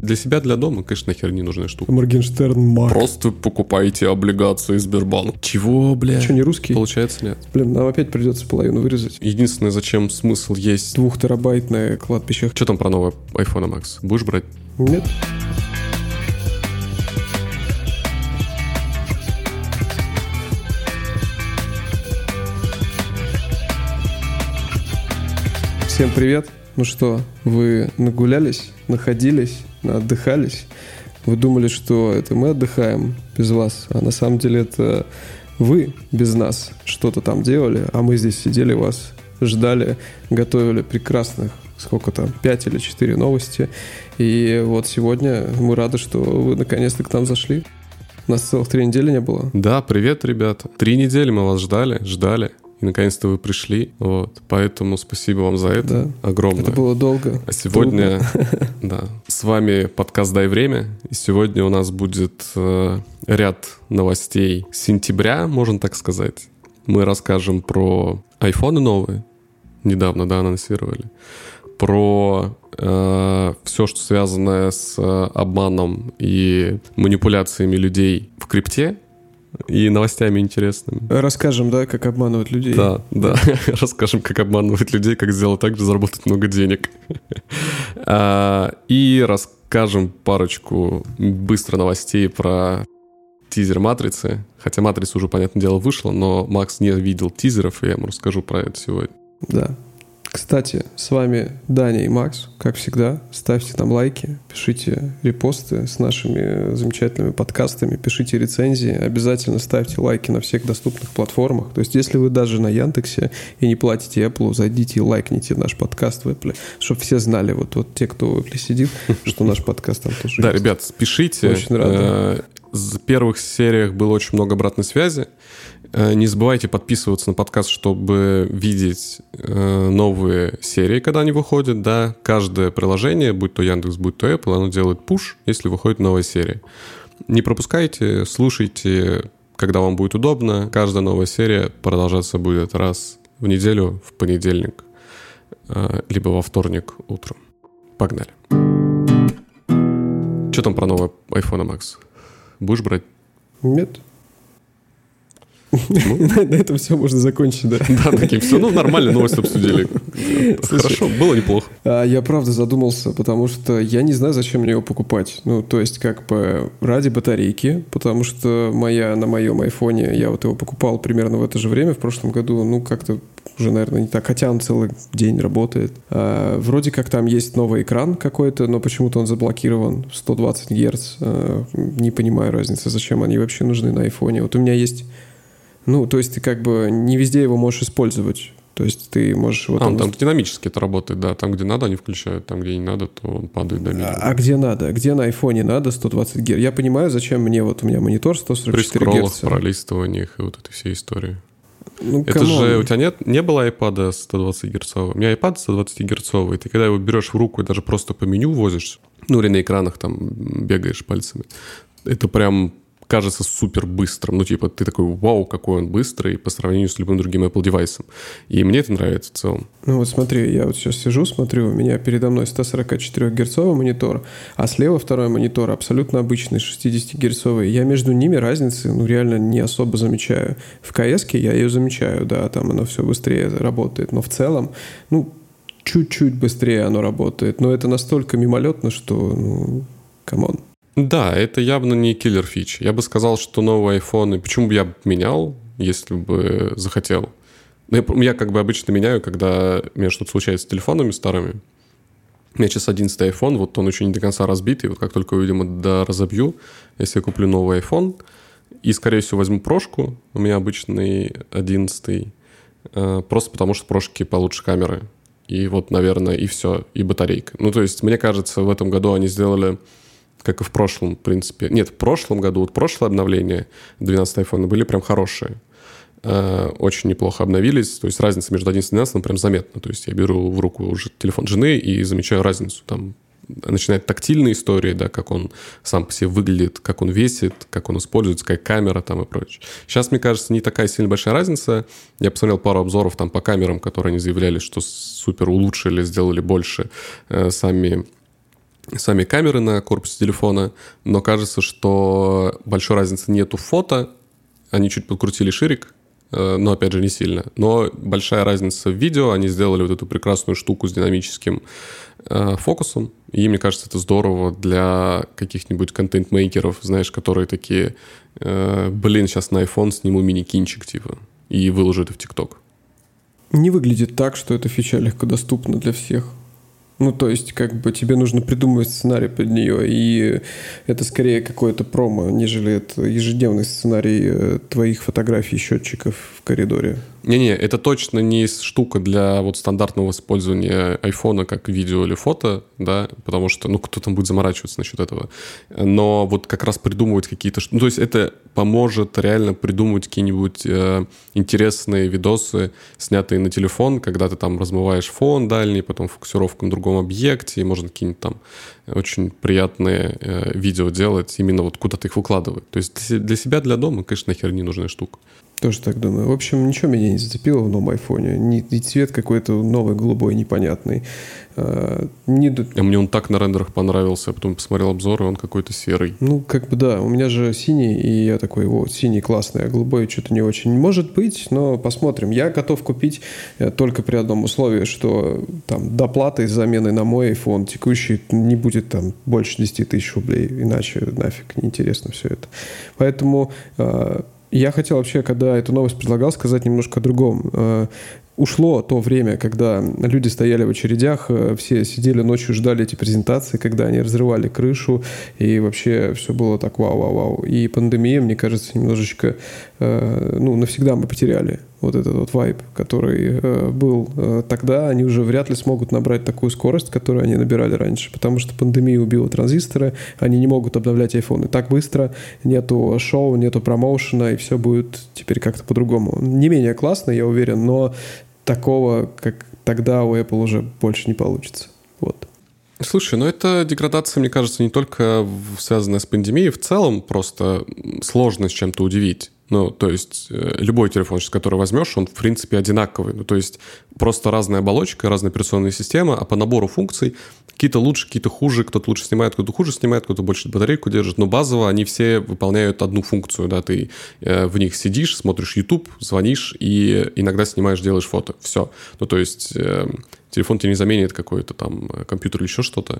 Для себя, для дома, конечно, нахер не нужная штука. Моргенштерн Мак. Просто покупайте облигации Сбербанка. Чего, бля? Что, не русский? Получается, нет. Блин, нам опять придется половину вырезать. Единственное, зачем смысл есть... 2-терабайтное кладбище. Что там про новый iPhone, Макс? Будешь брать? Нет. Всем привет. Ну что, вы нагулялись, находились, отдыхались? Вы думали, что это мы отдыхаем без вас, а на самом деле это вы без нас что-то там делали, а мы здесь сидели, вас ждали, готовили прекрасных, сколько там, 5 или 4 новости. И вот сегодня мы рады, что вы наконец-то к нам зашли. Нас целых 3 недели не было. Да, привет, ребята. 3 недели мы вас ждали. И наконец-то вы пришли. Вот. Поэтому спасибо вам за это. Да. Огромное. Это было долго. А сегодня, да, с вами подкаст «Дай время». И сегодня у нас будет ряд новостей сентября, можно так сказать. Мы расскажем про айфоны новые. Недавно, да, анонсировали. Про все, что связано с обманом и манипуляциями людей в крипте. И новостями интересными. Расскажем, да, как обманывать людей. Да. Расскажем, как обманывать людей, как сделать так, чтобы заработать много денег. И расскажем парочку быстро новостей про тизер «Матрицы». Хотя «Матрица» уже, понятное дело, вышла, но Макс не видел тизеров, и я ему расскажу про это сегодня. Да. Кстати, с вами Даня и Макс, как всегда. Ставьте нам лайки, пишите репосты с нашими замечательными подкастами, пишите рецензии, обязательно ставьте лайки на всех доступных платформах. То есть, если вы даже на Яндексе и не платите Apple, зайдите и лайкните наш подкаст в Apple, чтобы все знали, вот те, кто в Apple сидит, что наш подкаст там тоже есть. Да, ребят, спешите. Очень рад. В первых сериях было очень много обратной связи. Не забывайте подписываться на подкаст, чтобы видеть новые серии, когда они выходят. Да? Каждое приложение, будь то Яндекс, будь то Apple, оно делает пуш, если выходит новая серия. Не пропускайте, слушайте, когда вам будет удобно. Каждая новая серия продолжаться будет раз в неделю, в понедельник, либо во вторник утром. Погнали. Что там про новый iPhone, Макс? Будешь брать? Нет. На этом все можно закончить, да? Да, такие все, нормально, новости обсудили. Хорошо, было неплохо. Я правда задумался, потому что я не знаю, зачем мне его покупать. То есть как бы ради батарейки, потому что на моем айфоне, я вот его покупал примерно в это же время, в прошлом году, как-то уже, наверное, не так, хотя он целый день работает. Вроде как там есть новый экран какой-то, но почему-то он заблокирован, 120 Гц. Не понимаю разницы, зачем они вообще нужны на айфоне. Вот у меня есть... то есть ты как бы не везде его можешь использовать. То есть ты можешь... там динамически это работает, да. Там, где надо, они включают. Там, где не надо, то он падает до минимума. А где надо? Где на айфоне надо 120 Гц? Я понимаю, зачем мне... У меня монитор 144 Гц. При скроллах, пролистываниях и вот этой всей истории. Это же у тебя не было iPad 120 Гц? У меня iPad 120 Гц, и ты когда его берешь в руку и даже просто по меню возишь, или на экранах там бегаешь пальцами, это прям... кажется супер быстрым. Ты такой, вау, какой он быстрый по сравнению с любым другим Apple девайсом. И мне это нравится в целом. Смотри, я вот сейчас сижу, смотрю, у меня передо мной 144-герцовый монитор, а слева второй монитор абсолютно обычный, 60-герцовый. Я между ними разницы, реально не особо замечаю. В КС-ке я ее замечаю, да, там оно все быстрее работает, но в целом, чуть-чуть быстрее оно работает. Но это настолько мимолетно, что, камон. Да, это явно не киллер фич. Я бы сказал, что новые айфоны... Почему бы я менял, если бы захотел? Я как бы обычно меняю, когда у меня что-то случается с телефонами старыми. У меня сейчас 11-й iPhone, вот он еще не до конца разбитый. Вот как только, видимо, разобью, я себе куплю новый iPhone. И, скорее всего, возьму прошку. У меня обычный 11-й. Просто потому, что прошки получше камеры. И вот, наверное, и все. И батарейка. То есть, мне кажется, в этом году они сделали... как и в прошлом, в принципе. Нет, в прошлом году, прошлое обновление 12 iPhone были прям хорошие. Очень неплохо обновились. То есть разница между 11 и 12 прям заметна. То есть я беру в руку уже телефон жены и замечаю разницу. Там начинает тактильные истории, да, как он сам по себе выглядит, как он весит, как он используется, какая камера там и прочее. Сейчас, мне кажется, не такая сильно большая разница. Я посмотрел пару обзоров там по камерам, которые они заявляли, что супер улучшили, сделали больше сами сами камеры на корпусе телефона, но кажется, что большой разницы нету в фото. Они чуть подкрутили ширик, но, опять же, не сильно. Но большая разница в видео. Они сделали вот эту прекрасную штуку с динамическим фокусом. И мне кажется, это здорово для каких-нибудь контент-мейкеров, знаешь, которые такие, сейчас на iPhone сниму мини-кинчик, типа, и выложу это в ТикТок. Не выглядит так, что эта фича легкодоступна для всех. Ну, то есть, как бы тебе нужно придумывать сценарий под нее, и это скорее какое-то промо, нежели это ежедневный сценарий твоих фотографий, счетчиков в коридоре. Не-не, это точно не штука для вот стандартного использования айфона как видео или фото, да, потому что, кто там будет заморачиваться насчет этого. Но вот как раз придумывать какие-то... то есть это поможет реально придумывать какие-нибудь интересные видосы, снятые на телефон, когда ты там размываешь фон дальний, потом фокусировку на другом объекте, и можно какие-нибудь там очень приятные видео делать, именно вот куда-то их выкладывать. То есть для себя, для дома, конечно, нахер не нужная штука. Тоже так думаю. В общем, ничего меня не зацепило в новом айфоне. Ни цвет какой-то новый, голубой, непонятный. Мне он так на рендерах понравился. Я потом посмотрел обзоры, он какой-то серый. Да. У меня же синий, и я такой, синий классный, а голубой что-то не очень. Может быть, но посмотрим. Я готов купить только при одном условии, что там доплата с заменой на мой iPhone текущий не будет там больше 10 тысяч рублей. Иначе нафиг неинтересно все это. Поэтому... Я хотел вообще, когда эту новость предлагал, сказать немножко о другом. Ушло то время, когда люди стояли в очередях, все сидели ночью, ждали эти презентации, когда они разрывали крышу, и вообще все было так вау-вау-вау. И пандемия, мне кажется, немножечко, навсегда мы потеряли вот этот вот вайб, который был тогда. Они уже вряд ли смогут набрать такую скорость, которую они набирали раньше, потому что пандемия убила транзисторы, они не могут обновлять айфоны так быстро, нету шоу, нету промоушена, и все будет теперь как-то по-другому. Не менее классно, я уверен, но такого, как тогда у Apple уже больше не получится. Вот. Слушай, это деградация, мне кажется, не только связанная с пандемией, в целом просто сложно с чем-то удивить. То есть любой телефон, который возьмешь, он в принципе одинаковый. То есть просто разная оболочка, разная операционная система, а по набору функций какие-то лучше, какие-то хуже, кто-то лучше снимает, кто-то хуже снимает, кто-то больше батарейку держит. Но базово они все выполняют одну функцию. Да? Ты в них сидишь, смотришь YouTube, звонишь и иногда снимаешь, делаешь фото. Все. То есть... телефон тебе не заменит какой-то там компьютер или еще что-то.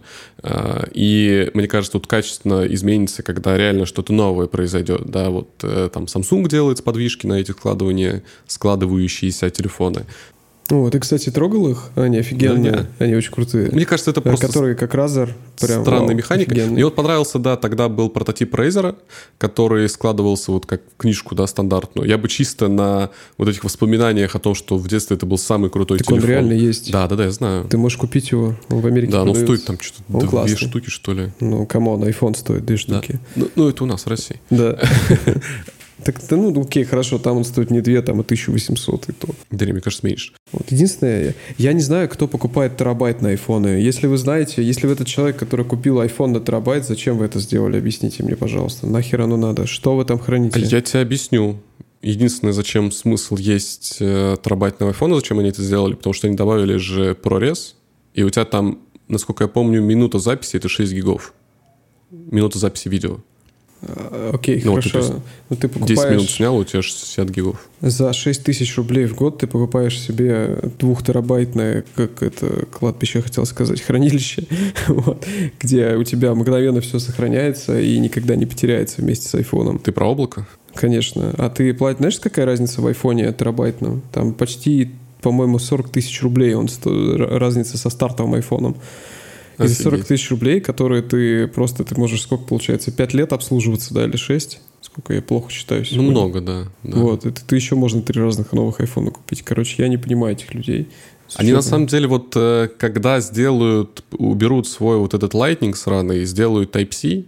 И мне кажется, тут качественно изменится, когда реально что-то новое произойдет. Да, там Samsung делает сподвижки на эти складывающиеся телефоны. Ты, кстати, трогал их? Они офигенные, да, они очень крутые. Мне кажется, это просто... Которые как Razer. Прям, странная механика. Офигенные. Мне понравился, да, тогда был прототип Razer, который складывался как книжку, да, стандартную. Я бы чисто на этих воспоминаниях о том, что в детстве это был самый крутой телефон. Так он реально есть. Да, я знаю. Ты можешь купить его, он в Америке продается. Да, стоит там что-то 2 штуки, что ли. Камон, iPhone стоит 2 штуки. Да. Это у нас в России. Да. Так, окей, хорошо, там он стоит не 2, там 1800 и то. Да, мне кажется, меньше. Единственное, я не знаю, кто покупает терабайт на айфоны. Если вы знаете, если вы этот человек, который купил iPhone на терабайт, зачем вы это сделали? Объясните мне, пожалуйста. Нахер оно надо? Что вы там храните? Я тебе объясню. Единственное, зачем смысл есть терабайтного айфона, зачем они это сделали, потому что они добавили же ProRes, и у тебя там, насколько я помню, минута записи — это 6 гигов. Минута записи видео. Окей, хорошо. Ты покупаешь... 10 минут снял, у тебя 60 гигов. За 6 тысяч рублей в год ты покупаешь себе 2-терабайтное, кладбище, хотел сказать, хранилище, где у тебя мгновенно все сохраняется и никогда не потеряется вместе с айфоном. Ты про облако? Конечно. А ты платишь, знаешь, какая разница в айфоне терабайтном? Там почти, по-моему, 40 тысяч рублей разница со стартовым айфоном. И за 40 тысяч рублей, которые ты можешь, сколько получается, 5 лет обслуживаться, да, или 6? Сколько я плохо считаю сегодня. Много, да. Вот, это ты еще можно 3 разных новых айфона купить. Короче, я не понимаю этих людей. Они на самом деле когда уберут свой этот Lightning сраный и сделают Type-C,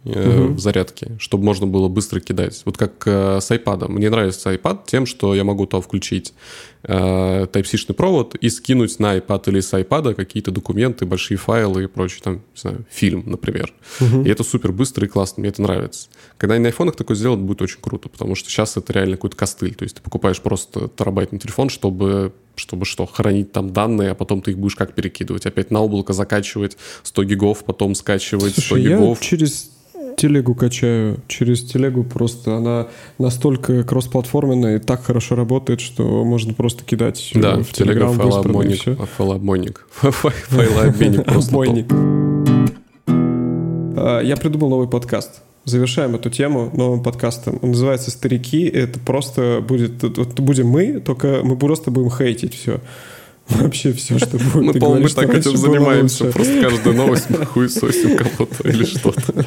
в зарядке, чтобы можно было быстро кидать. Вот как с iPad. Мне нравится iPad тем, что я могу там включить Type-C-шный провод и скинуть на iPad или с iPad какие-то документы, большие файлы и прочее, там, не знаю, фильм, например. И это супер быстро и классно, мне это нравится. Когда они на айфонах такое сделают, будет очень круто, потому что сейчас это реально какой-то костыль. То есть ты покупаешь просто терабайтный телефон, чтобы что, хранить там данные, а потом ты их будешь как перекидывать? Опять на облако закачивать 100 гигов, потом скачивать. Слушай, 100 гигов. Я через телегу качаю. Через телегу просто она настолько кроссплатформенная и так хорошо работает, что можно просто кидать в Telegram файлообменник. Файлообменник просто топ. Я придумал новый подкаст. Завершаем эту тему новым подкастом. Он называется «Старики». Это просто будет... Вот будем мы, только мы просто будем хейтить все. Вообще все, что будет. Мы, по-моему, так этим занимаемся. Просто каждую новость мы хуесосим кого-то или что-то.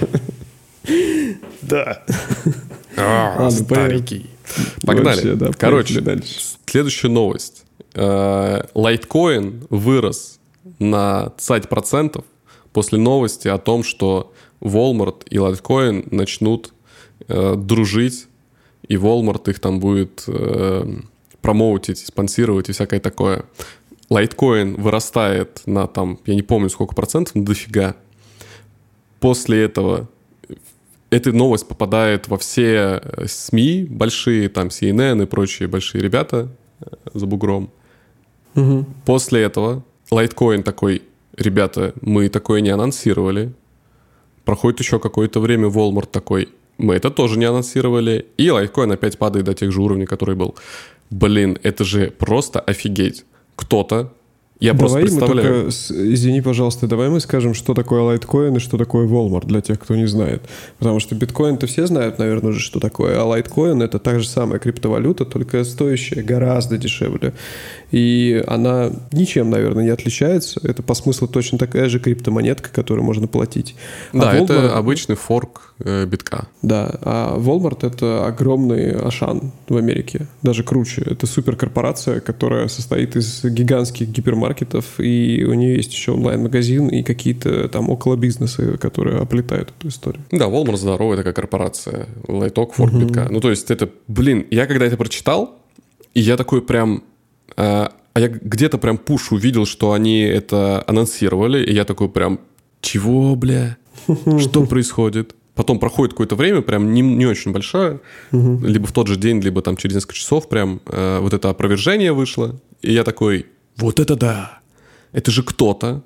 Да. Старики. Погнали. Короче, следующая новость. Litecoin вырос на 20% после новости о том, что Walmart и Litecoin начнут дружить, и Walmart их там будет промоутить, спонсировать и всякое такое. Litecoin вырастает на там, я не помню сколько процентов, но дофига. После этого эта новость попадает во все СМИ большие, там CNN и прочие большие ребята за бугром. После этого Litecoin такой: ребята, мы такое не анонсировали. Проходит еще какое-то время, Walmart такой: мы это тоже не анонсировали. И Litecoin опять падает до тех же уровней, который был. Блин, это же просто офигеть. Кто-то, я просто представляю... Извини, пожалуйста, давай мы скажем, что такое Litecoin и что такое Walmart, для тех, кто не знает. Потому что биткоин-то все знают, наверное, уже, что такое. А Litecoin — это та же самая криптовалюта, только стоящая гораздо дешевле. И она ничем, наверное, не отличается. Это по смыслу точно такая же криптомонетка, которую можно платить. Да, Walmart... это обычный форк битка. Да, а Walmart — это огромный Ашан в Америке. Даже круче. Это суперкорпорация, которая состоит из гигантских гипермаркетов, и у нее есть еще онлайн-магазин и какие-то там около бизнеса, которые оплетают эту историю. Да, Walmart здоровая такая корпорация. Лайток, форк битка. Ну, то есть это, блин, я когда это прочитал, и я такой прям... А я где-то прям пуш увидел, что они это анонсировали, и я такой прям: чего, бля? Что происходит? Потом проходит какое-то время, прям не очень большое, либо в тот же день, либо там через несколько часов прям вот это опровержение вышло, и я такой: вот это да! Это же кто-то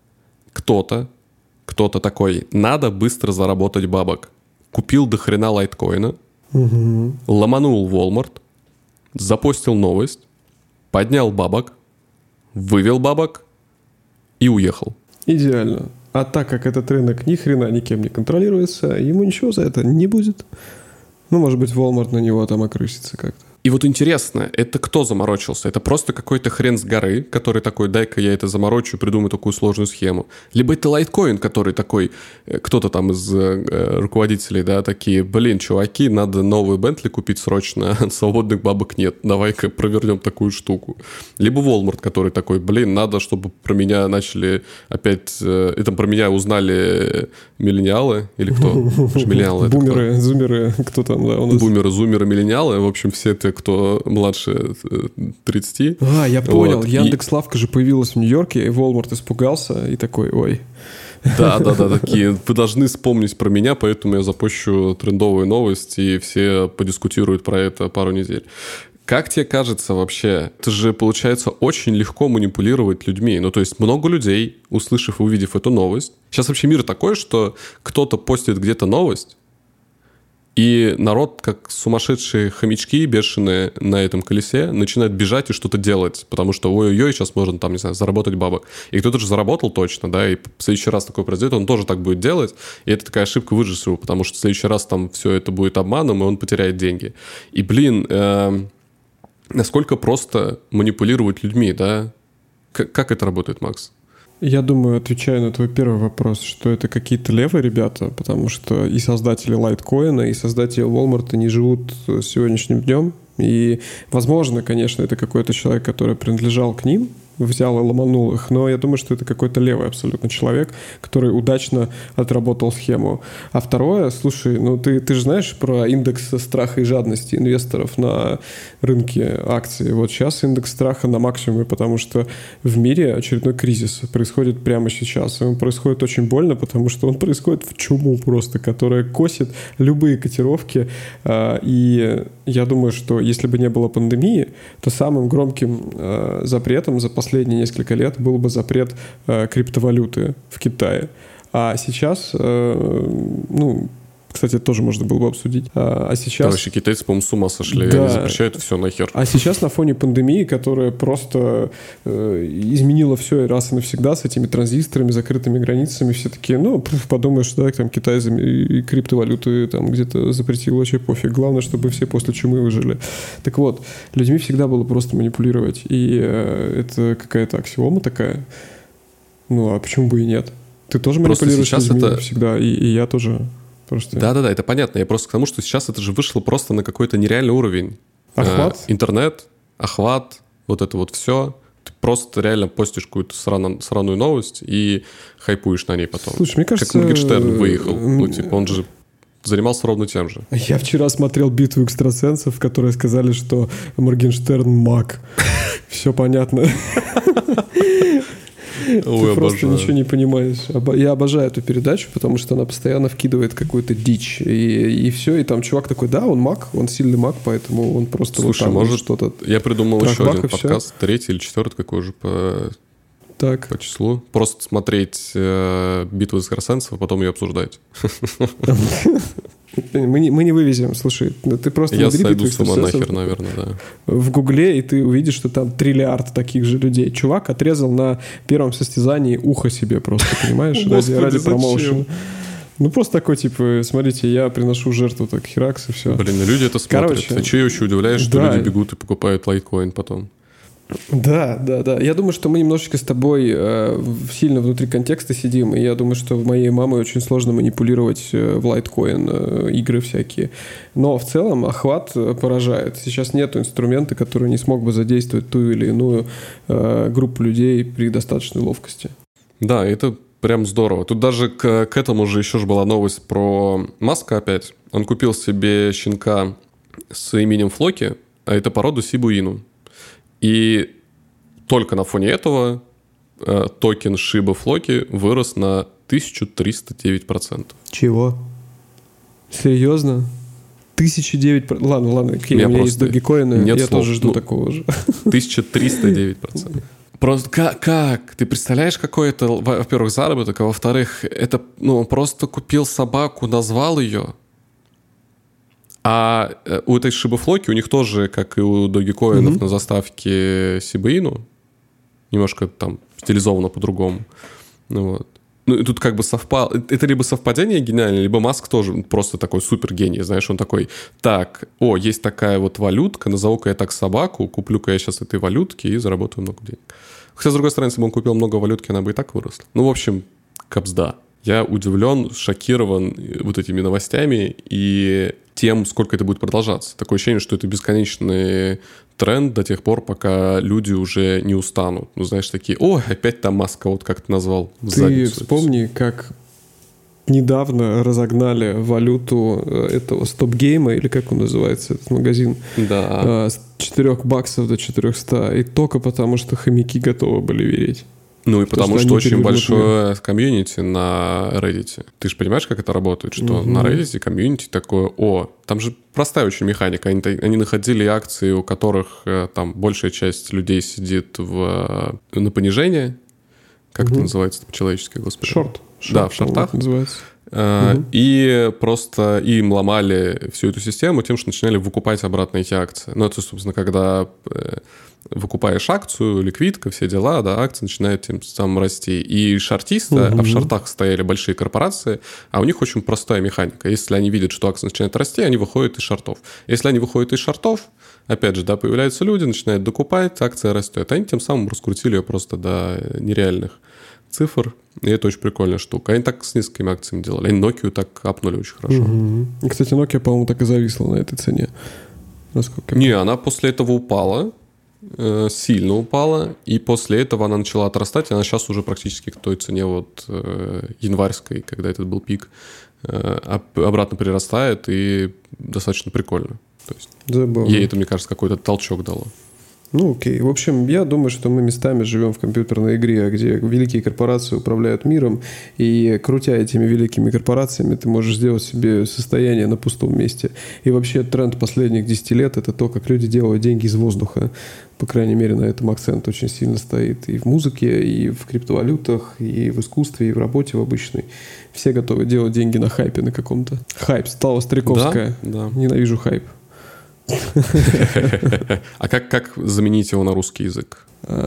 такой: надо быстро заработать бабок. Купил до хрена лайткоина, ломанул Walmart, запостил новость, поднял бабок, вывел бабок и уехал. Идеально. А так как этот рынок ни хрена никем не контролируется, ему ничего за это не будет. Ну, может быть, Walmart на него там окрысится как-то. И вот интересно, это кто заморочился? Это просто какой-то хрен с горы, который такой: дай-ка я это заморочу, придумаю такую сложную схему. Либо это Litecoin, который такой, кто-то там из руководителей, да, такие: блин, чуваки, надо новый Bentley купить срочно, свободных бабок нет, давай-ка провернем такую штуку. Либо Walmart, который такой: блин, надо, чтобы про меня начали опять, это про меня узнали миллениалы, или кто? Миллениалы. Бумеры, зумеры, кто там, да, у нас? Бумеры, зумеры, миллениалы, в общем, все это, кто младше 30. Я понял. Вот. Яндекс.Лавка же появилась в Нью-Йорке, и Walmart испугался и такой: ой. Да, такие: вы должны вспомнить про меня, поэтому я запущу трендовую новость, и все подискутируют про это пару недель. Как тебе кажется вообще, это же, получается, очень легко манипулировать людьми. Ну, то есть много людей, услышав и увидев эту новость... Сейчас вообще мир такой, что кто-то постит где-то новость, и народ, как сумасшедшие хомячки бешеные на этом колесе, начинает бежать и что-то делать, потому что ой-ой-ой, сейчас можно там, не знаю, заработать бабок. И кто-то же заработал точно, да, и в следующий раз такое произойдет, он тоже так будет делать, и это такая ошибка выжжет его, потому что в следующий раз там все это будет обманом, и он потеряет деньги. И, блин, насколько просто манипулировать людьми, да? Как это работает, Макс? Я думаю, отвечая на твой первый вопрос, что это какие-то левые ребята, потому что и создатели Litecoin, и создатели Walmart не живут сегодняшним днем. И, возможно, конечно, это какой-то человек, который принадлежал к ним, взял и ломанул их, но я думаю, что это какой-то левый абсолютно человек, который удачно отработал схему. А второе, слушай, ну ты же знаешь про индекс страха и жадности инвесторов на рынке акций. Вот сейчас индекс страха на максимуме, потому что в мире очередной кризис происходит прямо сейчас. И он происходит очень больно, потому что он происходит в чуму просто, которая косит любые котировки. И я думаю, что если бы не было пандемии, то самым громким запретом за последние несколько лет был бы запрет криптовалюты в Китае. А сейчас, ну, кстати, тоже можно было бы обсудить. А сейчас... Да, вообще китайцы, по-моему, с ума сошли. Да. Они запрещают все нахер. А сейчас на фоне пандемии, которая просто изменила все и раз и навсегда с этими транзисторами, закрытыми границами, все такие, ну, подумаешь, да, там Китай и криптовалюты там где-то запретил, вообще пофиг. Главное, чтобы все после чумы выжили. Так вот, людьми всегда было просто манипулировать. И это какая-то аксиома такая. Ну, а почему бы и нет? Ты тоже манипулируешь людьми это... всегда, и я тоже... Просто... Да-да-да, это понятно. Я просто к тому, что сейчас это же вышло просто на какой-то нереальный уровень. Охват? Интернет, охват, вот это вот все. Ты просто реально постишь какую-то сраную новость и хайпуешь на ней потом. Слушай, мне кажется... Как Моргенштерн выехал. Ну, типа, он же занимался ровно тем же. Я вчера смотрел «Битву экстрасенсов», которые сказали, что Моргенштерн маг. Все понятно. Ты просто ничего не понимаешь. Я обожаю эту передачу, потому что она постоянно вкидывает какую-то дичь. И все, и там чувак такой, да, он маг, он сильный маг, поэтому он просто... Слушай, вот там может, что-то... Я придумал еще один подкаст, третий или четвертый, какой уже по числу. Просто смотреть «Битву экстрасенсов», а потом ее обсуждать. Мы не вывезем, слушай, ты просто... Я сойду с ума нахер, наверное, да. В Гугле, и ты увидишь, что там триллиард таких же людей. Чувак отрезал на первом состязании ухо себе просто, понимаешь? Ради промоушена. Ну, просто такой, типа, смотрите, я приношу жертву, так, херакс, и все. Блин, люди это смотрят. А че я еще удивляюсь, что люди бегут и покупают лайткоин потом? Да. Я думаю, что мы немножечко с тобой сильно внутри контекста сидим, и я думаю, что моей маме очень сложно манипулировать в лайткоин игры всякие. Но в целом охват поражает. Сейчас нет инструмента, который не смог бы задействовать ту или иную группу людей при достаточной ловкости. Да, это прям здорово. Тут даже к этому же еще была новость про Маска опять. Он купил себе щенка с именем Флоки, а это породу Сибу-Ину. И только на фоне этого токен Shiba Floki вырос на 1309%. Чего? Серьезно? 1009%? Ладно, окей, у меня есть Dogecoin, я тоже жду такого же. 1309%. Просто как? Ты представляешь, какой это, во-первых, заработок, а во-вторых, это, он просто купил собаку, назвал ее. А у этой Shiba Floki, у них тоже, как и у Dogecoin на заставке Shiba Inu, немножко там стилизовано по-другому. Вот. Ну, и тут как бы совпало. Это либо совпадение гениальное, либо Маск тоже просто такой супергений, знаешь, он такой, так, есть такая вот валютка, назову-ка я так собаку, куплю-ка я сейчас этой валютки и заработаю много денег. Хотя, с другой стороны, если бы он купил много валютки, она бы и так выросла. Ну, в общем, капсда. Я удивлен, шокирован вот этими новостями и тем, сколько это будет продолжаться. Такое ощущение, что это бесконечный тренд до тех пор, пока люди уже не устанут. Ну, знаешь, такие, опять там Маска, вот как ты назвал. Ты вспомни, как недавно разогнали валюту этого стоп-гейма, или как он называется, этот магазин, с $4 до 400, и только потому, что хомяки готовы были верить. Ну и потому что очень большое комьюнити на Reddit. Ты же понимаешь, как это работает? Что на Reddit комьюнити такое, там же простая очень механика. Они находили акции, у которых там большая часть людей сидит на понижение. Как это называется по-человечески, господи? Шорт. Да, в шортах. Называется. И просто им ломали всю эту систему тем, что начинали выкупать обратно эти акции. Ну, это, собственно, когда выкупаешь акцию, ликвидка, все дела, да, акции начинают тем самым расти. И шортисты, а в шортах стояли большие корпорации, а у них очень простая механика. Если они видят, что акция начинает расти, они выходят из шортов. Если они выходят из шортов, опять же, да, появляются люди, начинают докупать, акция растет. Они тем самым раскрутили ее просто до нереальных цифр, и это очень прикольная штука. Они так с низкими акциями делали. Они Nokia так апнули очень хорошо. И, кстати, Nokia, по-моему, так и зависла на этой цене. Не, она после этого упала, сильно упала, и после этого она начала отрастать, и она сейчас уже практически к той цене январской, когда этот был пик, обратно прирастает, и достаточно прикольно. То есть ей это, мне кажется, какой-то толчок дало. Ну, окей. В общем, я думаю, что мы местами живем в компьютерной игре, где великие корпорации управляют миром, и крутя этими великими корпорациями, ты можешь сделать себе состояние на пустом месте. И вообще тренд последних 10 лет – это то, как люди делают деньги из воздуха. По крайней мере, на этом акцент очень сильно стоит и в музыке, и в криптовалютах, и в искусстве, и в работе в обычной. Все готовы делать деньги на хайпе на каком-то. Хайп, стало стариковское. Да. Ненавижу хайп. А как заменить его на русский язык?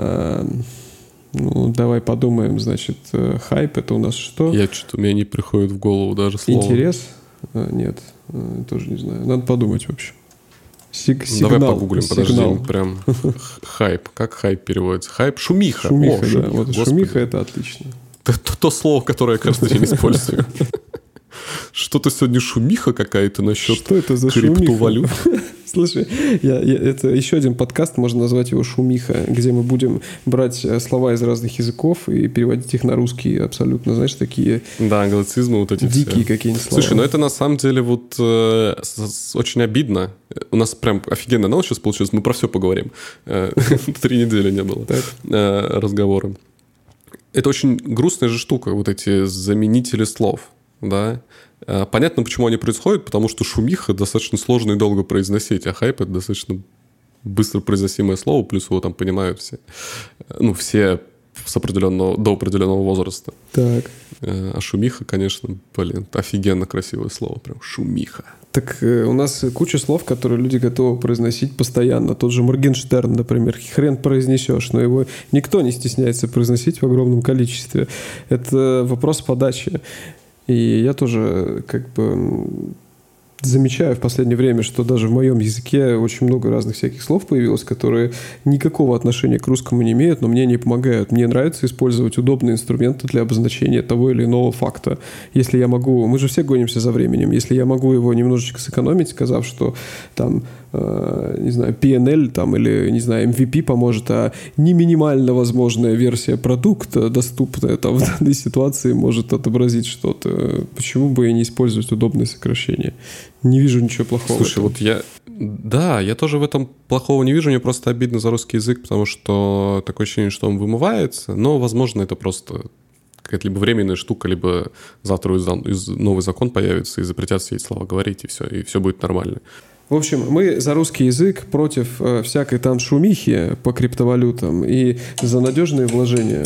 Ну, давай подумаем. Значит, хайп — это у нас что? У меня не приходит в голову даже слово. Интерес? Нет, тоже не знаю. Надо подумать, в общем. Сигнал. Давай погуглим, подожди. Прям хайп. Как хайп переводится? Хайп? Шумиха. Шумиха, да. Вот шумиха — это отлично. То слово, которое я каждый день использую. Что-то сегодня шумиха какая-то насчет криптовалют. Слушай, это еще один подкаст, можно назвать его «Шумиха», где мы будем брать слова из разных языков и переводить их на русский абсолютно, знаешь, такие... Да, англицизмы вот эти дикие все. Какие-нибудь слова. Слушай, это на самом деле очень обидно. У нас прям офигенная новость сейчас получилась, мы про все поговорим. 3 недели не было разговора. Это очень грустная же штука, вот эти заменители слов, да. Понятно, почему они происходят, потому что шумиха достаточно сложно и долго произносить, а хайп — это достаточно быстро произносимое слово, плюс его там понимают все. Ну, все до определенного возраста. Так. А шумиха, конечно, офигенно красивое слово, прям шумиха. Так у нас куча слов, которые люди готовы произносить постоянно. Тот же Моргенштерн, например, хрен произнесешь, но его никто не стесняется произносить в огромном количестве. Это вопрос подачи. И я тоже замечаю в последнее время, что даже в моем языке очень много разных всяких слов появилось, которые никакого отношения к русскому не имеют, но мне не помогают. Мне нравится использовать удобные инструменты для обозначения того или иного факта. Если я могу... Мы же все гонимся за временем. Если я могу его немножечко сэкономить, сказав, что там, не знаю, PNL там, или, не знаю, MVP поможет, а не минимально возможная версия продукта, доступная там в данной ситуации, может отобразить что-то. Почему бы и не использовать удобные сокращения? Не вижу ничего плохого. Слушай, я тоже в этом плохого не вижу, мне просто обидно за русский язык, потому что такое ощущение, что он вымывается, но, возможно, это просто какая-то либо временная штука, либо завтра новый закон появится и запретят все эти слова говорить, и все будет нормально. В общем, мы за русский язык против всякой там шумихи по криптовалютам и за надежные вложения.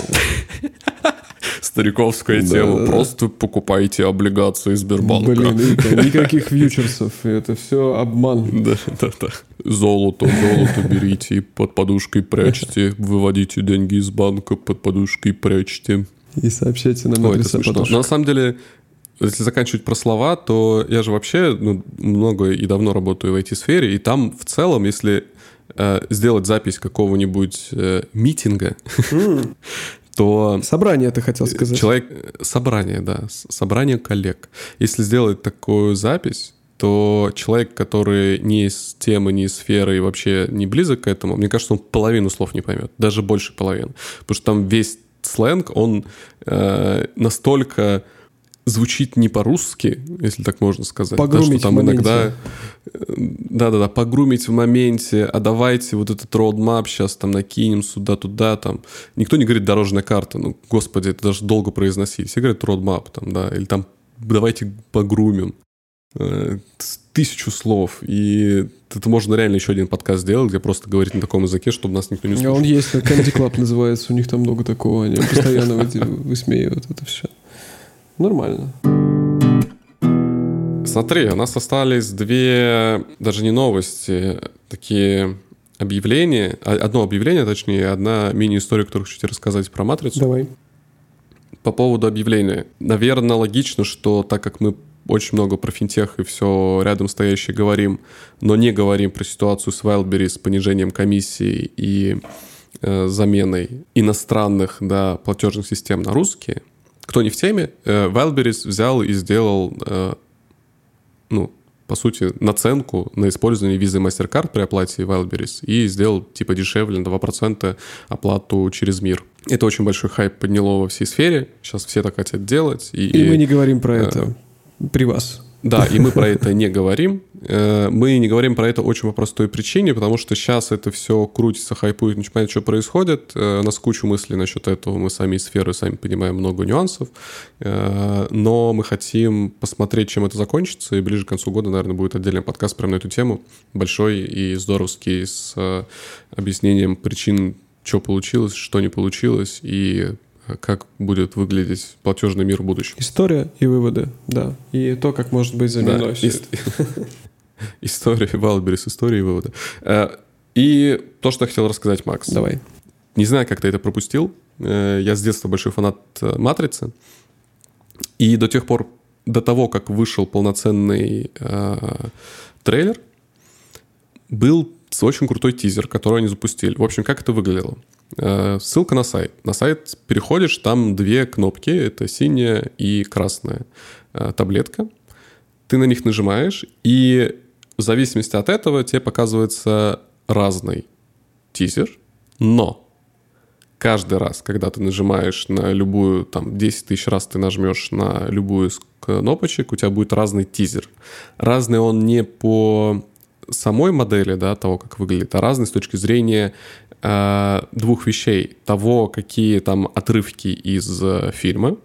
Стариковская тема. Просто покупайте облигации Сбербанка. Блин, никаких фьючерсов. Это все обман. Да. Золото берите и под подушкой прячьте. Выводите деньги из банка, под подушкой прячьте. И сообщайте нам адреса подушек. Но на самом деле, если заканчивать про слова, то я же вообще много и давно работаю в IT-сфере, и там в целом, если сделать запись какого-нибудь митинга, то... Собрание, ты хотел сказать. Собрание, да. Собрание коллег. Если сделать такую запись, то человек, который не из темы, не из сферы и вообще не близок к этому, мне кажется, он половину слов не поймет. Даже больше половины. Потому что там весь сленг, он настолько звучит не по-русски, если так можно сказать. Погрумить да, что там в моменте. иногда... Да, погрумить в моменте, а давайте вот этот roadmap сейчас там накинем сюда-туда, там. Никто не говорит дорожная карта, ну, господи, это даже долго произносить. Все говорят roadmap, там, да, или там давайте погрумим. 1000 слов, и это можно реально еще один подкаст сделать, где просто говорить на таком языке, чтобы нас никто не слушал. Он есть, Candy Club называется, у них там много такого, они постоянно высмеивают это все. Нормально. Смотри, у нас остались 2, даже не новости, такие объявления. Одно объявление, точнее, одна мини-история, которую хочу тебе рассказать про «Матрицу». Давай. По поводу объявления. Наверное, логично, что так как мы очень много про финтех и все рядом стоящее говорим, но не говорим про ситуацию с Wildberries, с понижением комиссии и заменой иностранных платежных систем на русские. Кто не в теме, Wildberries взял и сделал по сути, наценку на использование Visa и MasterCard при оплате Wildberries и сделал типа дешевле на 2% оплату через мир. Это очень большой хайп подняло во всей сфере. Сейчас все так хотят делать. И мы не говорим про это при вас. Да, и мы про это не говорим. Мы не говорим про это очень по простой причине, потому что сейчас это все крутится, хайпует, не понятно, что происходит. У нас куча мыслей насчет этого. Мы сами из сферы, сами понимаем много нюансов. Но мы хотим посмотреть, чем это закончится. И ближе к концу года, наверное, будет отдельный подкаст прямо на эту тему. Большой и здоровский, с объяснением причин, что получилось, что не получилось, и как будет выглядеть платежный мир в будущем. История и выводы, да. И то, как может быть заменено. Да, история, Wildberries, история и выводы. И то, что я хотел рассказать, Макс. Давай. Не знаю, как ты это пропустил. Я с детства большой фанат «Матрицы». И до тех пор, до того, как вышел полноценный трейлер, был очень крутой тизер, который они запустили. В общем, как это выглядело? Ссылка на сайт. На сайт переходишь, там две кнопки, это синяя и красная таблетка. Ты на них нажимаешь, и в зависимости от этого тебе показывается разный тизер, но каждый раз, когда ты нажимаешь на любую, там, 10 тысяч раз ты нажмешь на любую из кнопочек, у тебя будет разный тизер. Разный он не по самой модели, да, того, как выглядит, а разный с точки зрения двух вещей. Того, какие там отрывки из фильма.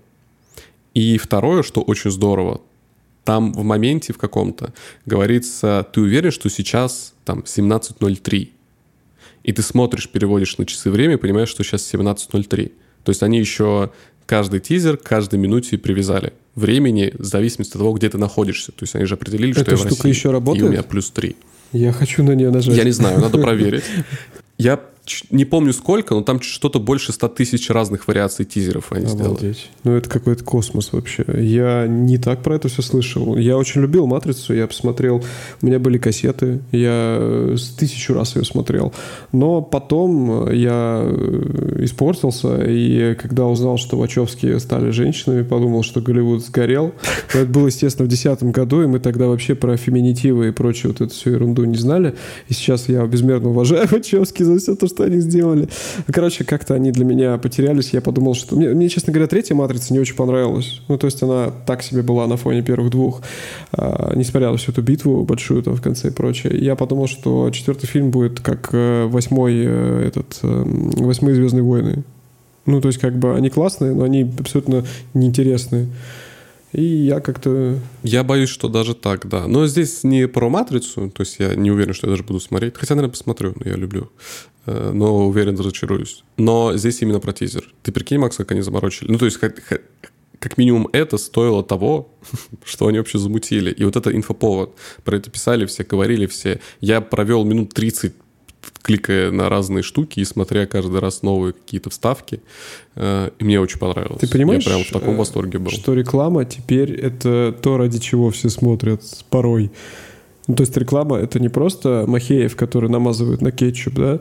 И второе, что очень здорово, там в моменте в каком-то говорится, ты уверен, что сейчас там 17:03. И ты смотришь, переводишь на часы время и понимаешь, что сейчас 17:03. То есть они еще каждый тизер, каждой минуте привязали времени в зависимости от того, где ты находишься. То есть они же определили, что я в России. Еще работает? И у меня +3. Я хочу на нее нажать. Я не знаю, надо проверить. Я не помню сколько, но там что-то больше 100 тысяч разных вариаций тизеров они сделали. Ну, это какой-то космос вообще. Я не так про это все слышал. Я очень любил «Матрицу», я посмотрел, у меня были кассеты, я 1000 раз ее смотрел. Но потом я испортился, и когда узнал, что Вачовски стали женщинами, подумал, что Голливуд сгорел. Но это было, естественно, в 2010 году, и мы тогда вообще про феминитивы и прочую вот эту всю ерунду не знали. И сейчас я безмерно уважаю Вачовски за все то, что они сделали. Короче, как-то они для меня потерялись. Я подумал, что... Мне, честно говоря, третья «Матрица» не очень понравилась. Ну, то есть она так себе была на фоне первых двух. Несмотря на всю эту битву большую там в конце и прочее. Я подумал, что четвертый фильм будет как восьмые «Звездные войны». Ну, то есть как бы они классные, но они абсолютно неинтересные. И я как-то... Я боюсь, что даже так, да. Но здесь не про «Матрицу», то есть я не уверен, что я даже буду смотреть. Хотя, наверное, посмотрю, но я люблю. Но уверен, разочаруюсь. Но здесь именно про тизер. Ты прикинь, Макс, как они заморочили? Ну, то есть как минимум это стоило того, что они вообще замутили. И вот это инфоповод. Про это писали все, говорили все. Я провел минут 30, кликая на разные штуки и смотря каждый раз новые какие-то вставки. И мне очень понравилось. Ты понимаешь, я прям в таком восторге был. Что реклама теперь это то, ради чего все смотрят порой. Ну, то есть реклама — это не просто Махеев, который намазывают на кетчуп, да?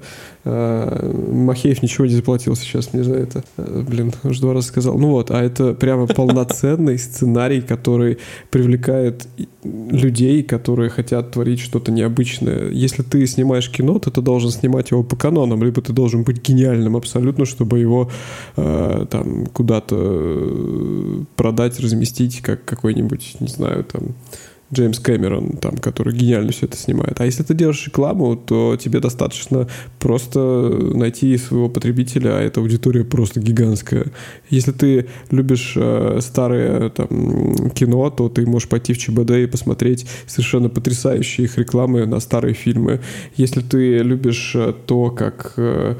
Махеев ничего не заплатил сейчас мне за это. Уже 2 раза сказал. Ну вот, а это прямо полноценный сценарий, который привлекает людей, которые хотят творить что-то необычное. Если ты снимаешь кино, то ты должен снимать его по канонам, либо ты должен быть гениальным абсолютно, чтобы его там куда-то продать, разместить, как какой-нибудь, не знаю, там... Джеймс Кэмерон, там, который гениально все это снимает. А если ты делаешь рекламу, то тебе достаточно просто найти своего потребителя, а эта аудитория просто гигантская. Если ты любишь старое там, кино, то ты можешь пойти в ЧБД и посмотреть совершенно потрясающие их рекламы на старые фильмы. Если ты любишь то, как...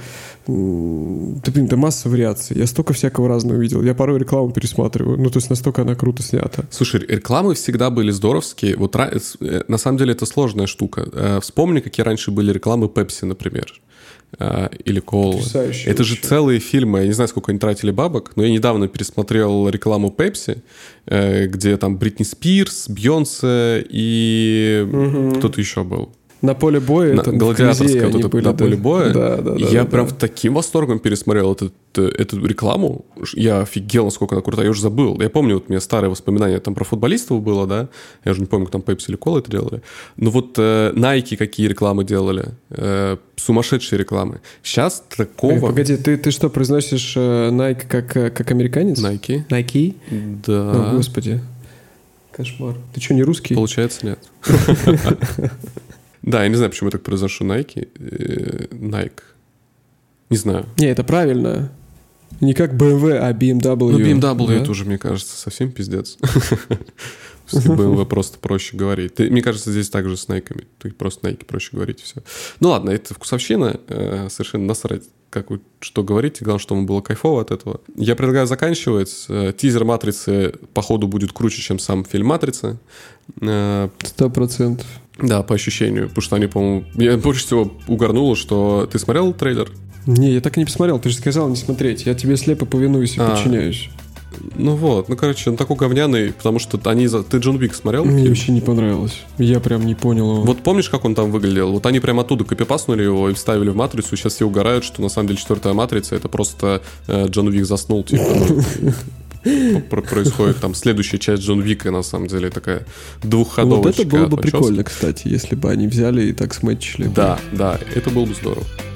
Да масса вариаций. Я столько всякого разного видел. Я порой рекламу пересматриваю. Ну, то есть настолько она круто снята. Слушай, рекламы всегда были здоровские. Вот на самом деле это сложная штука. Вспомни, какие раньше были рекламы Pepsi, например. Или Кола. Это же целые фильмы. Я не знаю, сколько они тратили бабок, но я недавно пересмотрел рекламу Pepsi, где там Бритни Спирс, Бейонсе и кто-то еще был. На поле боя, это гладиаторское вот это были, на поле боя. Да, я прям таким восторгом пересмотрел эту рекламу. Я офигел, насколько она крутая. Я уже забыл. Я помню, вот у меня старые воспоминания там про футболистов было, да. Я уже не помню, как там Pepsi или Cola это делали. Но вот Nike какие рекламы делали. Сумасшедшие рекламы. Сейчас такого... Погоди, ты что, произносишь Nike как американец? Nike? Да. О, господи. Кошмар. Ты что, не русский? Получается, нет. Да, я не знаю, почему я так произношу Nike. Nike. Не знаю. Не, это правильно. Не как BMW, а BMW. Ну, BMW это уже, мне кажется, совсем пиздец. BMW просто проще говорить. Мне кажется, здесь также с Nike. Ты просто Nike проще говорить и все. Ну ладно, это вкусовщина. Совершенно насрать, что говорить. Главное, чтобы было кайфово от этого. Я предлагаю заканчивать. Тизер «Матрицы» походу будет круче, чем сам фильм «Матрица». 100%. Да, по ощущению. Потому что они, по-моему... Меня больше всего угорнуло, что... Ты смотрел трейлер? Не, я так и не посмотрел. Ты же сказал не смотреть. Я тебе слепо повинуюсь и подчиняюсь. Ну вот. Ну, короче, он такой говняный, потому что они... Ты Джон Уик смотрел? Мне вообще не понравилось. Я прям не понял его. Вот помнишь, как он там выглядел? Вот они прям оттуда копипаснули его и вставили в «Матрицу». И сейчас все угорают, что на самом деле 4-я «Матрица» — это просто Джон Уик заснул, типа... Происходит там следующая часть Джон Уика, на самом деле, такая двухходовочка. Вот это было бы прикольно, кстати, если бы они взяли и так сметчили. Да, это было бы здорово.